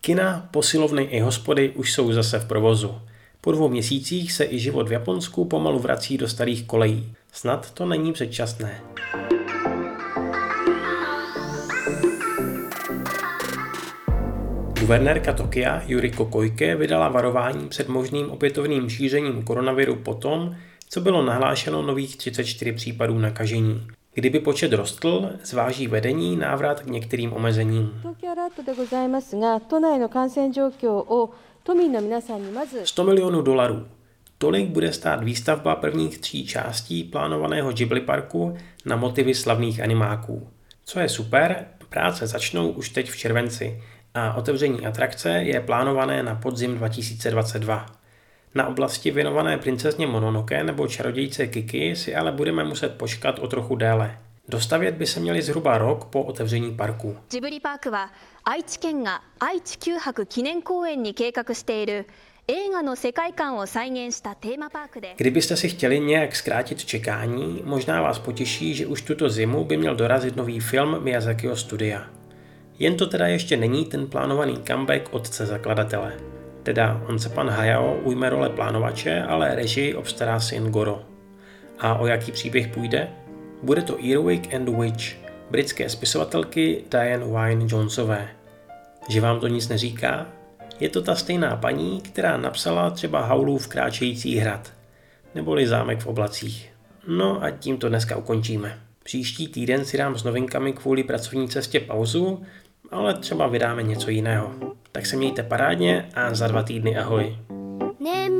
Kina, posilovny i hospody už jsou zase v provozu. Po 2 měsících se i život v Japonsku pomalu vrací do starých kolejí. Snad to není předčasné. Guvernérka Tokia Yuriko Koike vydala varování před možným opětovným šířením koronaviru po tom, co bylo nahlášeno nových 34 případů nakažení. Kdyby počet rostl, zváží vedení návrat k některým omezením. 100 milionů dolarů. Tolik bude stát výstavba prvních 3 částí plánovaného Ghibli parku na motivy slavných animáků. Co je super, práce začnou už teď v červenci a otevření atrakce je plánované na podzim 2022. Na oblasti věnované princezně Mononoke nebo čarodějce Kiki si ale budeme muset počkat o trochu déle. Dostavět by se měli zhruba rok po otevření parku. Ghibli Park wa Aichi-ken ga Aichi Kyuhaku Kinen Kouen ni keikaku shite iru eiga no sekaikan o saigen shita témapark de. Kdybyste si chtěli nějak zkrátit čekání, možná vás potěší, že už tuto zimu by měl dorazit nový film Miyazakiho studia. Jen to teda ještě není ten plánovaný comeback otce zakladatele. Teda on se pan Hayao ujme role plánovače, ale režii obstará syn Goro. A o jaký příběh půjde? Bude to Earwig and the Witch, britské spisovatelky Diane Wynne Jonesové. Že vám to nic neříká? Je to ta stejná paní, která napsala třeba Howlův Kráčející hrad, neboli Zámek v oblacích. No a tím to dneska ukončíme. Příští týden si dám s novinkami kvůli pracovní cestě pauzu, ale třeba vydáme něco jiného. Tak se mějte parádně a za 2 týdny ahoj.